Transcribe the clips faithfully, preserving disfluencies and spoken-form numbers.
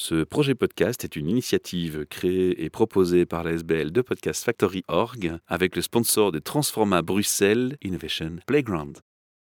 Ce projet podcast est une initiative créée et proposée par la S B L de Podcast Factory point org avec le sponsor de Transforma Bruxelles Innovation Playground.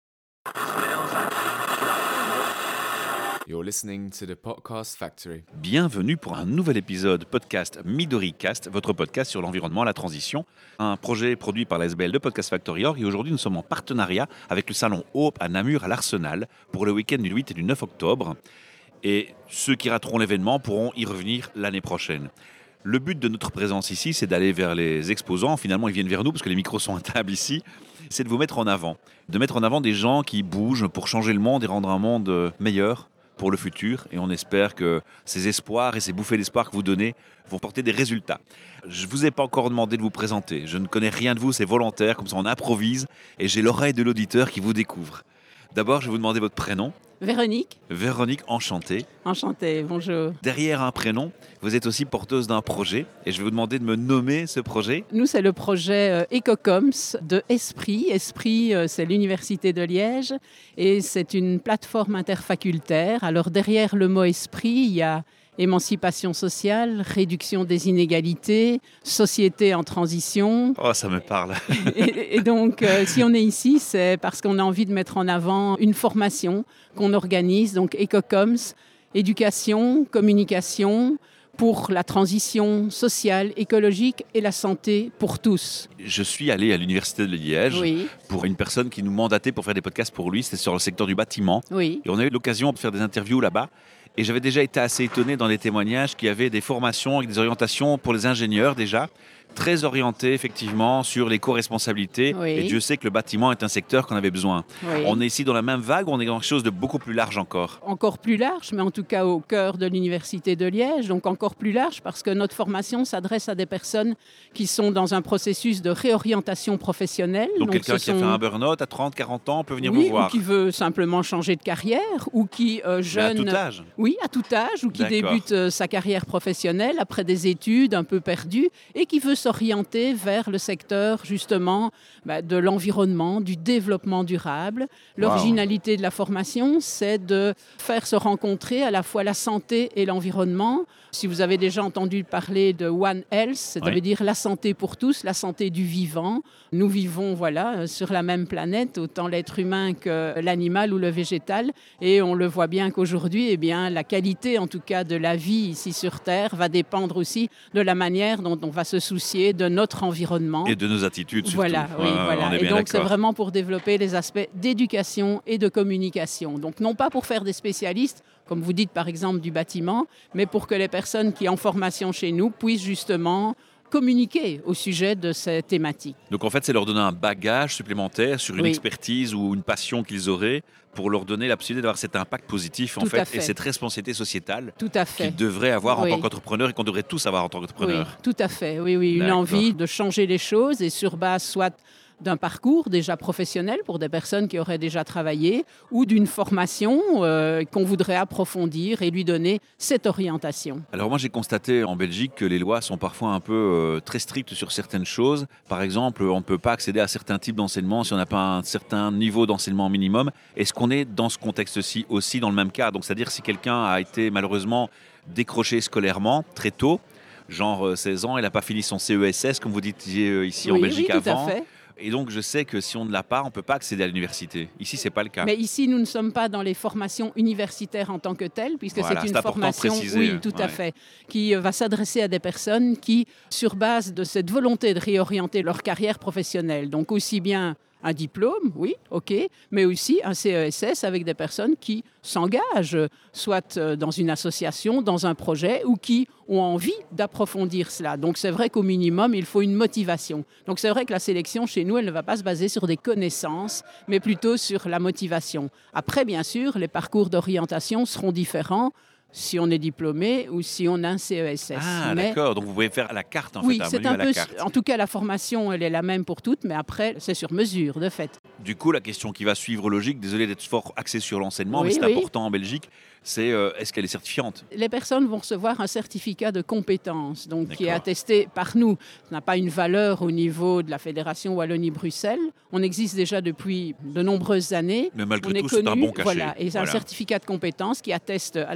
You're listening to the Podcast Factory. Bienvenue pour un nouvel épisode podcast MidoriCast, votre podcast sur l'environnement, la transition, un projet produit par la S B L de Podcast Factory point org et aujourd'hui nous sommes en partenariat avec le salon Hope à Namur à l'Arsenal pour le week-end du huit et du neuf octobre. Et ceux qui rateront l'événement pourront y revenir l'année prochaine. Le but de notre présence ici, c'est d'aller vers les exposants. Finalement, ils viennent vers nous parce que les micros sont à table ici. C'est de vous mettre en avant, de mettre en avant des gens qui bougent pour changer le monde et rendre un monde meilleur pour le futur. Et on espère que ces espoirs et ces bouffées d'espoir que vous donnez vont porter des résultats. Je ne vous ai pas encore demandé de vous présenter. Je ne connais rien de vous, c'est volontaire, comme ça on improvise. Et j'ai l'oreille de l'auditeur qui vous découvre. D'abord, je vais vous demander votre prénom. Véronique. Véronique, enchantée. Enchantée, bonjour. Derrière un prénom, vous êtes aussi porteuse d'un projet et je vais vous demander de me nommer ce projet. Nous, c'est le projet euh, EcoComs de Esprit. Esprit, euh, c'est l'Université de Liège et c'est une plateforme interfacultaire. Alors derrière le mot Esprit, il y a émancipation sociale, réduction des inégalités, société en transition. Oh, ça me parle. et, et donc, euh, si on est ici, c'est parce qu'on a envie de mettre en avant une formation qu'on organise, donc EcoComs, éducation, communication, pour la transition sociale, écologique et la santé pour tous. Je suis allé à l'Université de Liège oui. pour une personne qui nous mandatait pour faire des podcasts pour lui, c'était sur le secteur du bâtiment. Oui. Et on a eu l'occasion de faire des interviews là-bas. Et j'avais déjà été assez étonné dans les témoignages qu'il y avait des formations avec des orientations pour les ingénieurs déjà, très orientées effectivement sur l'éco-responsabilité. Oui. Et Dieu sait que le bâtiment est un secteur qu'on avait besoin. Oui. On est ici dans la même vague ou on est dans quelque chose de beaucoup plus large encore ? Encore plus large, mais en tout cas au cœur de l'Université de Liège, donc encore plus large parce que notre formation s'adresse à des personnes qui sont dans un processus de réorientation professionnelle. Donc, donc quelqu'un qui sont... a fait un burn-out à trente, quarante ans peut venir oui, vous voir. ou qui veut simplement changer de carrière, ou qui euh, jeune... Mais à tout âge ? Oui, à tout âge, ou qui D'accord. débute euh, sa carrière professionnelle après des études un peu perdues et qui veut s'orienter vers le secteur justement bah, de l'environnement, du développement durable. L'originalité wow. de la formation, c'est de faire se rencontrer à la fois la santé et l'environnement. Si vous avez déjà entendu parler de One Health, ça oui. veut dire la santé pour tous, la santé du vivant. Nous vivons voilà, sur la même planète, autant l'être humain que l'animal ou le végétal. Et on le voit bien qu'aujourd'hui, eh bien, la qualité en tout cas de la vie ici sur Terre va dépendre aussi de la manière dont on va se soucier de notre environnement. Et de nos attitudes surtout. Voilà, oui, ouais, voilà. Et donc d'accord. c'est vraiment pour développer les aspects d'éducation et de communication. Donc non pas pour faire des spécialistes, comme vous dites par exemple du bâtiment, mais pour que les personnes qui sont en formation chez nous puissent justement communiquer au sujet de ces thématiques. Donc en fait, c'est leur donner un bagage supplémentaire sur une oui. expertise ou une passion qu'ils auraient pour leur donner la possibilité d'avoir cet impact positif en fait, fait, et cette responsabilité sociétale tout à fait. qu'ils devraient avoir oui. en tant qu'entrepreneurs et qu'on devrait tous avoir en tant qu'entrepreneurs. Oui, tout à fait, oui, oui. Une D'accord. envie de changer les choses et sur base soit d'un parcours déjà professionnel pour des personnes qui auraient déjà travaillé ou d'une formation euh, qu'on voudrait approfondir et lui donner cette orientation. Alors moi j'ai constaté en Belgique que les lois sont parfois un peu euh, très strictes sur certaines choses. Par exemple, on ne peut pas accéder à certains types d'enseignement si on n'a pas un certain niveau d'enseignement minimum. Est-ce qu'on est dans ce contexte-ci aussi dans le même cas ? Donc c'est-à-dire si quelqu'un a été malheureusement décroché scolairement très tôt, genre seize ans, il n'a pas fini son C E S S comme vous disiez ici oui, en Belgique oui, tout avant. À fait. Et donc, je sais que si on ne l'a pas, on ne peut pas accéder à l'université. Ici, ce n'est pas le cas. Mais ici, nous ne sommes pas dans les formations universitaires en tant que telles, puisque voilà, c'est une c'est formation, oui, tout ouais. à fait, qui va s'adresser à des personnes qui, sur base de cette volonté de réorienter leur carrière professionnelle, donc aussi bien un diplôme, oui, ok, mais aussi un C E S S avec des personnes qui s'engagent, soit dans une association, dans un projet, ou qui ont envie d'approfondir cela. Donc c'est vrai qu'au minimum, il faut une motivation. Donc c'est vrai que la sélection chez nous, elle ne va pas se baser sur des connaissances, mais plutôt sur la motivation. Après, bien sûr, les parcours d'orientation seront différents si on est diplômé ou si on a un C E S S. Ah, mais... d'accord. Donc, vous pouvez faire à la carte, en oui, fait, un c'est menu un à la peu, carte. En tout cas, la formation, elle est la même pour toutes, mais après, c'est sur mesure, de fait. Du coup, la question qui va suivre logique, désolé d'être fort axé sur l'enseignement, oui, mais c'est oui. important en Belgique, c'est euh, est-ce qu'elle est certifiante ? Les personnes vont recevoir un certificat de compétence, donc D'accord. qui est attesté par nous. Ça n'a pas une valeur au niveau de la Fédération Wallonie-Bruxelles. On existe déjà depuis de nombreuses années. Mais malgré On tout, est c'est connu, un bon cachet. Voilà, et c'est voilà. un certificat de compétence qui atteste à la fois des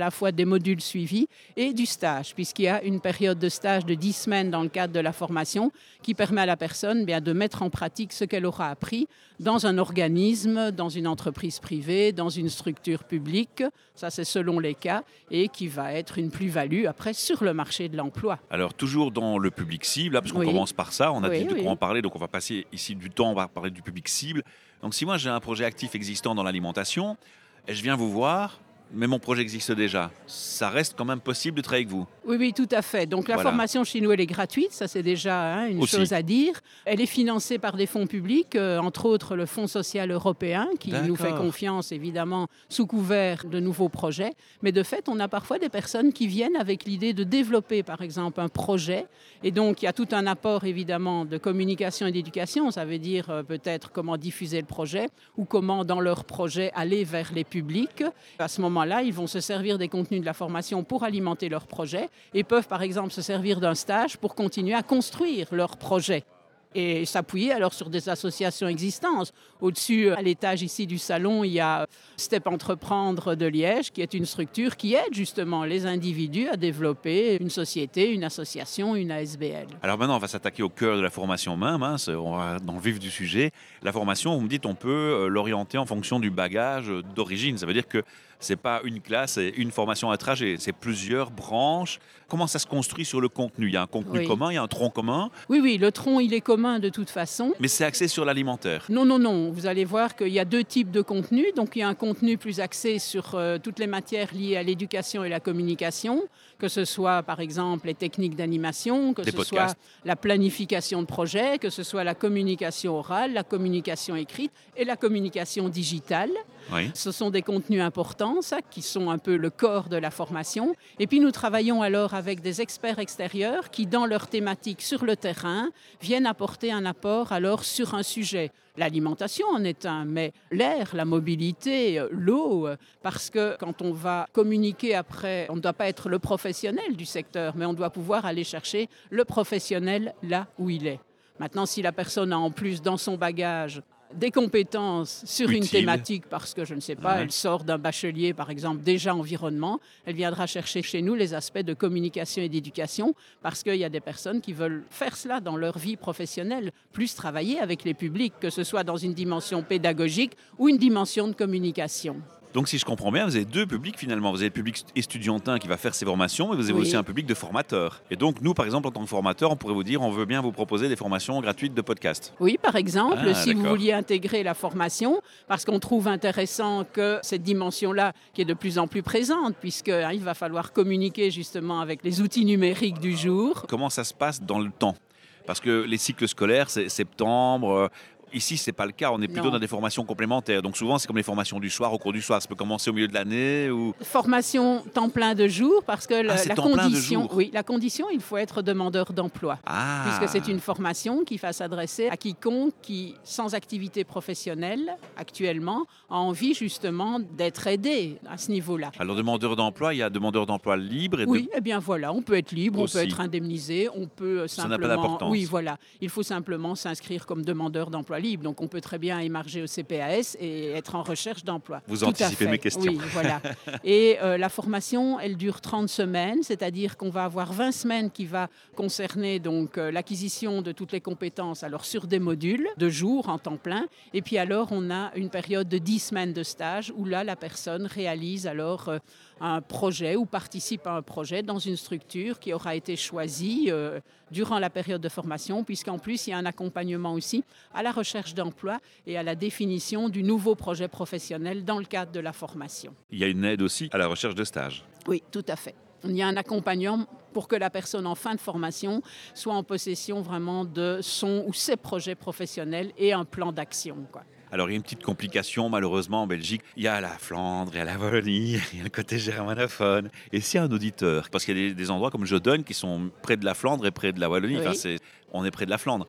modules suivis, et du stage, puisqu'il y a une période de stage de dix semaines dans le cadre de la formation qui permet à la personne bien, de mettre en pratique ce qu'elle aura appris dans un organisme, dans une entreprise privée, dans une structure publique, ça c'est selon les cas, et qui va être une plus-value après sur le marché de l'emploi. Alors toujours dans le public cible, là, parce qu'on Oui. commence par ça, on a Oui, dit de oui. quoi en parler, donc on va passer ici du temps, on va parler du public cible. Donc si moi j'ai un projet actif existant dans l'alimentation, et je viens vous voir, mais mon projet existe déjà, ça reste quand même possible de travailler avec vous. Oui, oui, tout à fait. Donc la Voilà. formation chez nous, elle est gratuite, ça c'est déjà hein, une Aussi. chose à dire. Elle est financée par des fonds publics, euh, entre autres le Fonds social européen, qui nous fait D'accord. confiance évidemment sous couvert de nouveaux projets. Mais de fait, on a parfois des personnes qui viennent avec l'idée de développer par exemple un projet. Et donc il y a tout un apport évidemment de communication et d'éducation, ça veut dire euh, peut-être comment diffuser le projet ou comment dans leur projet aller vers les publics. À ce moment-là, ils vont se servir des contenus de la formation pour alimenter leur projet et peuvent par exemple se servir d'un stage pour continuer à construire leur projet et s'appuyer alors sur des associations existantes. Au-dessus, à l'étage ici du salon, il y a Step Entreprendre de Liège, qui est une structure qui aide justement les individus à développer une société, une association, une A S B L. Alors maintenant, on va s'attaquer au cœur de la formation même, hein, c'est- on va dans le vif du sujet. La formation, vous me dites, on peut euh, l'orienter en fonction du bagage euh, d'origine. Ça veut dire que c'est pas une classe et une formation à trajet, c'est plusieurs branches. Comment ça se construit sur le contenu? Il y a un contenu Oui. commun, il y a un tronc commun, Oui, oui, le tronc, il est commun de toute façon. mais c'est axé sur l'alimentaire. Non, non, non. Vous allez voir qu'il y a deux types de contenus. Donc, il y a un contenu plus axé sur euh, toutes les matières liées à l'éducation et la communication, que ce soit, par exemple, les techniques d'animation, que Des ce podcasts. soit la planification de projets, que ce soit la communication orale, la communication écrite et la communication digitale. Oui. Ce sont des contenus importants, ça, qui sont un peu le corps de la formation. Et puis, nous travaillons alors avec des experts extérieurs qui, dans leur thématique sur le terrain, viennent apporter un apport alors sur un sujet. L'alimentation en est un, mais l'air, la mobilité, euh, l'eau, euh, parce que quand on va communiquer après, on ne doit pas être le professionnel du secteur, mais on doit pouvoir aller chercher le professionnel là où il est. Maintenant, si la personne a en plus dans son bagage des compétences sur une Utiles. thématique, parce que je ne sais pas, Ouais. elle sort d'un bachelier, par exemple, déjà environnement, elle viendra chercher chez nous les aspects de communication et d'éducation, parce qu'il y a des personnes qui veulent faire cela dans leur vie professionnelle, plus travailler avec les publics, que ce soit dans une dimension pédagogique ou une dimension de communication. Donc si je comprends bien, vous avez deux publics finalement. Vous avez le public estudiantin qui va faire ses formations, mais vous avez Oui. aussi un public de formateurs. Et donc nous, par exemple, en tant que formateurs, on pourrait vous dire, on veut bien vous proposer des formations gratuites de podcast. Oui, par exemple, Ah, si vous d'accord. vouliez intégrer la formation, parce qu'on trouve intéressant que cette dimension-là, qui est de plus en plus présente, puisqu'il va falloir communiquer justement avec les outils numériques du jour. Comment ça se passe dans le temps? Parce que les cycles scolaires, c'est septembre. euh, Ici, c'est pas le cas. On est plutôt Non. dans des formations complémentaires. Donc souvent, c'est comme les formations du soir, au cours du soir. Ça peut commencer au milieu de l'année ou... Formation temps plein de jour, parce que le- Ah, c'est la temps plein de condition, jour. oui, la condition, il faut être demandeur d'emploi. Ah. Puisque c'est une formation qui va s'adresser à quiconque qui, sans activité professionnelle actuellement, a envie justement d'être aidé à ce niveau-là. Alors, demandeur d'emploi, il y a demandeur d'emploi libre et de- Oui, eh bien voilà, on peut être libre, Aussi. on peut être indemnisé, on peut euh, Ça n'a pas simplement... d'importance. Oui, voilà. Il faut simplement s'inscrire comme demandeur d'emploi libre. Donc on peut très bien émarger au C P A S et être en recherche d'emploi. Vous Tout à anticipez fait. mes questions. Oui, voilà. Et euh, la formation, elle dure trente semaines, c'est-à-dire qu'on va avoir vingt semaines qui va concerner donc euh, l'acquisition de toutes les compétences alors sur des modules de jour en temps plein. Et puis alors on a une période de dix semaines de stage où là la personne réalise alors euh, un projet ou participe à un projet dans une structure qui aura été choisie euh, durant la période de formation, puisqu'en plus, il y a un accompagnement aussi à la recherche d'emploi et à la définition du nouveau projet professionnel dans le cadre de la formation. il y a une aide aussi à la recherche de stage. Oui, tout à fait. Il y a un accompagnement pour que la personne en fin de formation soit en possession vraiment de son ou ses projets professionnels et un plan d'action, quoi. Alors, il y a une petite complication, malheureusement, en Belgique. Il y a la Flandre, il y a la Wallonie, il y a le côté germanophone. Et s'il y a un auditeur, parce qu'il y a des, des endroits comme Jodogne qui sont près de la Flandre et près de la Wallonie, Oui. enfin, c'est, on est près de la Flandre.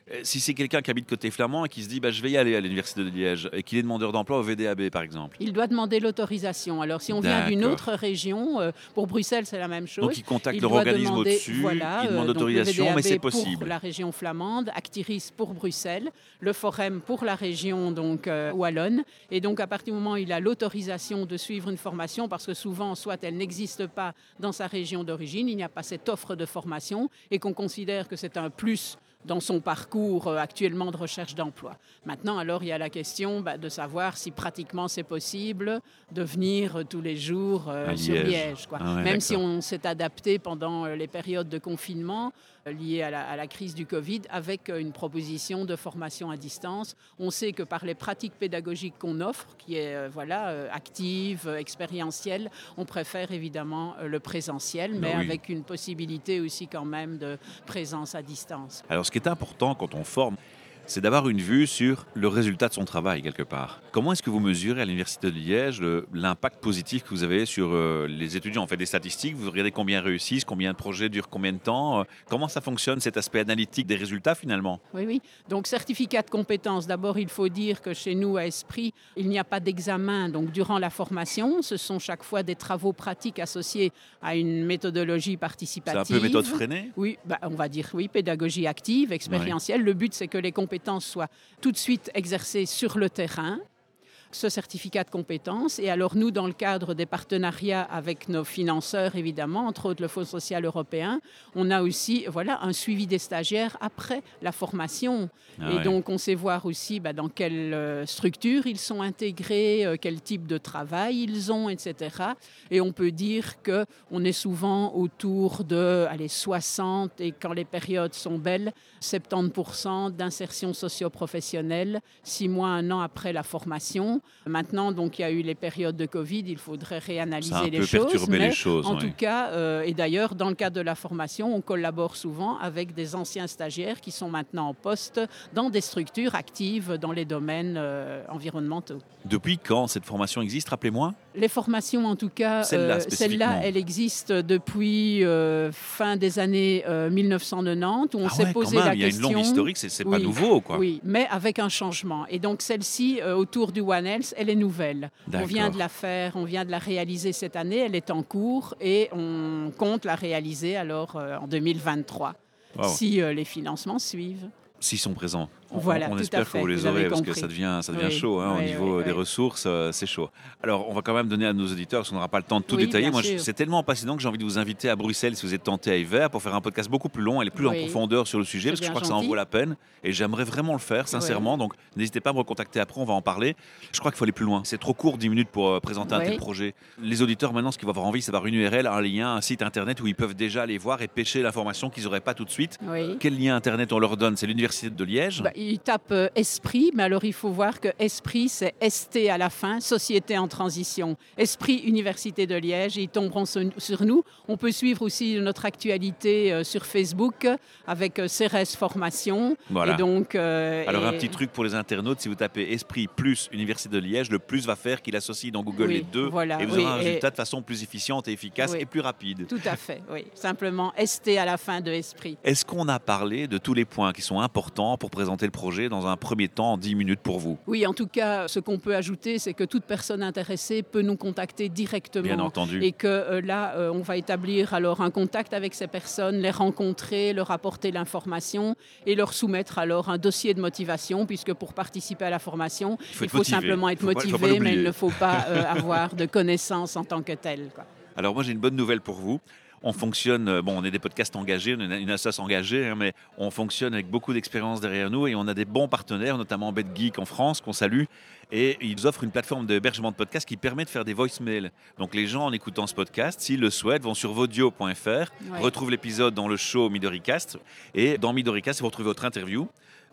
Si c'est quelqu'un qui habite côté flamand et qui se dit bah, je vais y aller à l'Université de Liège et qu'il est demandeur d'emploi au V D A B par exemple. Il doit demander l'autorisation. Alors si on vient D'accord. d'une autre région, euh, pour Bruxelles c'est la même chose. Donc il contacte il leur doit organisme demander, au-dessus, voilà, il demande euh, donc le l'autorisation, V D A B mais c'est pour possible. la région flamande, Actiris pour Bruxelles, le Forum pour la région donc euh, wallonne. Et donc à partir du moment où il a l'autorisation de suivre une formation, parce que souvent soit elle n'existe pas dans sa région d'origine, il n'y a pas cette offre de formation et qu'on considère que c'est un plus dans son parcours euh, actuellement de recherche d'emploi. Maintenant, alors, il y a la question bah, de savoir si pratiquement c'est possible de venir euh, tous les jours euh, À sur Liège. Liège. Quoi. Ah ouais, Même si d'accord. on s'est adapté pendant euh, les périodes de confinement euh, liées à la, à la crise du Covid avec euh, une proposition de formation à distance. On sait que par les pratiques pédagogiques qu'on offre, qui est euh, voilà, euh, active, euh, expérientielle, on préfère évidemment euh, le présentiel, mais Ben oui. avec une possibilité aussi quand même de présence à distance. Alors ce qui est important quand on forme, c'est d'avoir une vue sur le résultat de son travail quelque part. Comment est-ce que vous mesurez à l'Université de Liège le- l'impact positif que vous avez sur euh, les étudiants? On fait des statistiques, vous regardez combien réussissent, combien de projets durent combien de temps. euh, Comment ça fonctionne cet aspect analytique des résultats finalement? Oui, oui. Donc, certificat de compétences. D'abord, il faut dire que chez nous, à Esprit, il n'y a pas d'examen. Donc, durant la formation, ce sont chaque fois des travaux pratiques associés à une méthodologie C'est participative. un peu méthode freinée? Oui, bah, on va dire oui, pédagogie active, expérientielle. Le but, c'est que les compétences soient tout de suite exercées sur le terrain. Ce certificat de compétences. Et alors nous, dans le cadre des partenariats avec nos financeurs, évidemment, entre autres le Fonds social européen, on a aussi voilà, un suivi des stagiaires après la formation. Ah et ouais. donc on sait voir aussi bah, dans quelle euh, structure ils sont intégrés, euh, quel type de travail ils ont, et cetera. Et on peut dire qu'on est souvent autour de allez, soixante, et quand les périodes sont belles, soixante-dix pour cent d'insertion socio-professionnelle, six mois, un an après la formation. Maintenant, donc, il y a eu les périodes de Covid, il faudrait réanalyser Ça a un les peu choses. perturbé mais les choses, en oui. tout cas, euh, et d'ailleurs, dans le cadre de la formation, on collabore souvent avec des anciens stagiaires qui sont maintenant en poste dans des structures actives dans les domaines euh, environnementaux. Depuis quand cette formation existe, rappelez-moi? Les formations, en tout cas, Celle-là, euh, spécifiquement. celle-là, elle existe depuis euh, fin des années euh, mille neuf cent quatre-vingt-dix, où on Ah s'est ouais, posé quand même, la il y a une question. longue historique, c'est, c'est pas Oui, nouveau quoi. Oui, mais avec un changement. Et donc celle-ci, euh, autour du One Health, elle est nouvelle. D'accord. On vient de la faire, on vient de la réaliser cette année, elle est en cours et on compte la réaliser alors euh, en deux mille vingt-trois, Wow. si euh, les financements suivent. S'ils sont présents. On, Voilà, on tout espère à fait, que vous les vous aurez avez parce que compris. ça devient, ça devient Oui, chaud hein, au oui, niveau oui, des oui. ressources, euh, c'est chaud. Alors, on va quand même donner à nos auditeurs, parce qu'on n'aura pas le temps de tout Oui, détailler. bien Moi, je- sûr. c'est tellement passionnant que j'ai envie de vous inviter à Bruxelles si vous êtes tenté à Hiver pour faire un podcast beaucoup plus long, aller plus en Oui. profondeur sur le sujet, C'est parce que je bien crois que ça en gentil. vaut la peine. Et j'aimerais vraiment le faire, sincèrement. Donc, n'hésitez pas à me recontacter après, on va en parler. Je crois qu'il faut aller plus loin. C'est trop court, dix minutes pour euh, présenter un Oui. tel projet. Les auditeurs, maintenant, ce qu'ils vont avoir envie, c'est d'avoir une U R L, un lien, un site internet où ils peuvent déjà aller voir et pêcher l'information qu'ils n'auraient pas tout de suite. Oui. Quel lien internet on leur donne? C'est l'Université de Liège. Bah, il tape euh, Esprit, mais alors il faut voir que Esprit, c'est S T à la fin, Société en transition. Esprit Université de Liège, ils tomberont sur, sur nous. On peut suivre aussi notre actualité euh, sur Facebook avec euh, Cérès Formation. Voilà. Et donc, euh, Alors et- un petit truc pour les internautes, si vous tapez Esprit plus Université de Liège, le plus va faire qu'il associe dans Google Oui, les deux voilà, et vous oui, aurez un et- résultat de façon plus efficiente et efficace Oui. et plus rapide. Tout à fait, oui. Simplement S T à la fin de Esprit. Est-ce qu'on a parlé de tous les points qui sont importants pour présenter le projet dans un premier temps en dix minutes pour vous? Oui, en tout cas, ce qu'on peut ajouter, c'est que toute personne intéressée peut nous contacter directement. Bien entendu. Et que euh, là, euh, on va établir alors un contact avec ces personnes, les rencontrer, leur apporter l'information et leur soumettre alors un dossier de motivation, puisque pour participer à la formation, Il faut il être faut motivé. simplement être Faut pas- faut pas motivé, mais l'oublier. il ne faut pas euh, avoir de connaissances en tant que tel, quoi. Alors moi j'ai une bonne nouvelle pour vous. On fonctionne, euh, bon on est des podcasts engagés, on est une association engagée, hein, mais on fonctionne avec beaucoup d'expérience derrière nous et on a des bons partenaires, notamment BetGeek en France qu'on salue. Et ils offrent une plateforme d'hébergement de podcasts qui permet de faire des voicemails. Donc les gens en écoutant ce podcast, s'ils le souhaitent, vont sur vodio point f r, Ouais. retrouvent l'épisode dans le show MidoriCast. Et dans MidoriCast, vous retrouvez votre interview.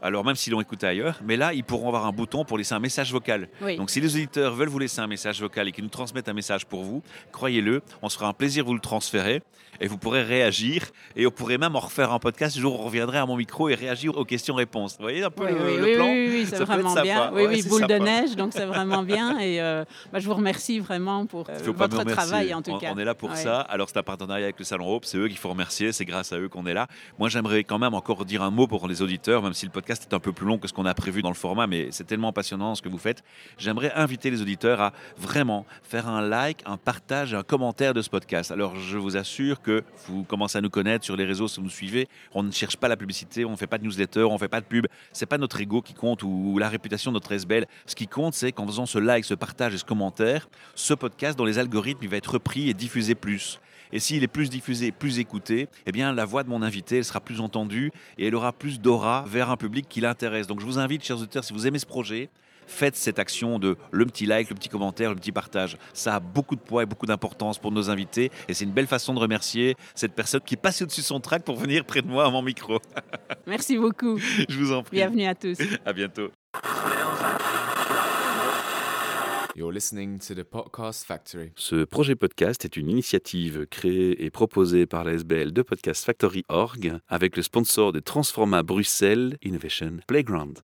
Alors même s'ils l'ont écouté ailleurs, mais là, ils pourront avoir un bouton pour laisser un message vocal. Oui. Donc si les auditeurs veulent vous laisser un message vocal et qu'ils nous transmettent un message pour vous, croyez-le, on se fera un plaisir de vous le transférer et vous pourrez réagir et on pourrait même en refaire un podcast le jour où on reviendrait à mon micro et réagir aux questions-réponses. Vous voyez un peu Oui, le, oui, le oui, plan oui, oui, c'est Ça peut être vraiment sympa. bien. Oui, Ouais, oui, c'est boule de sympa. neige, donc c'est vraiment bien. Et euh, bah, je vous remercie vraiment pour euh, Faut pas me votre remercier. travail, en tout on, cas. on est là pour Ouais. ça. Alors c'est un partenariat avec le Salon Hope, c'est eux qu'il faut remercier, c'est grâce à eux qu'on est là. Moi j'aimerais quand même encore dire un mot pour les auditeurs, même si le podcast est un peu plus long que ce qu'on a prévu dans le format, mais c'est tellement passionnant ce que vous faites. J'aimerais inviter les auditeurs à vraiment faire un like, un partage, un commentaire de ce podcast. Alors je vous assure que vous commencez à nous connaître sur les réseaux si vous nous suivez. On ne cherche pas la publicité, on ne fait pas de newsletter, on ne fait pas de pub. C'est pas notre ego qui compte ou la réputation de notre S B L. Ce qui compte, c'est qu'en faisant ce like, ce partage et ce commentaire, ce podcast dans les algorithmes, il va être repris et diffusé plus. Et s'il est plus diffusé, plus écouté, eh bien la voix de mon invité elle sera plus entendue et elle aura plus d'aura vers un public qui l'intéresse. Donc je vous invite, chers auditeurs, si vous aimez ce projet, faites cette action de le petit like, le petit commentaire, le petit partage. Ça a beaucoup de poids et beaucoup d'importance pour nos invités et c'est une belle façon de remercier cette personne qui est passée au-dessus de son track pour venir près de moi à mon micro. Merci beaucoup. Je vous en prie. Bienvenue à tous. À bientôt. You're listening to the Podcast Factory. Ce projet podcast est une initiative créée et proposée par la S B L de Podcast Factory point org avec le sponsor de Transforma Bruxelles Innovation Playground.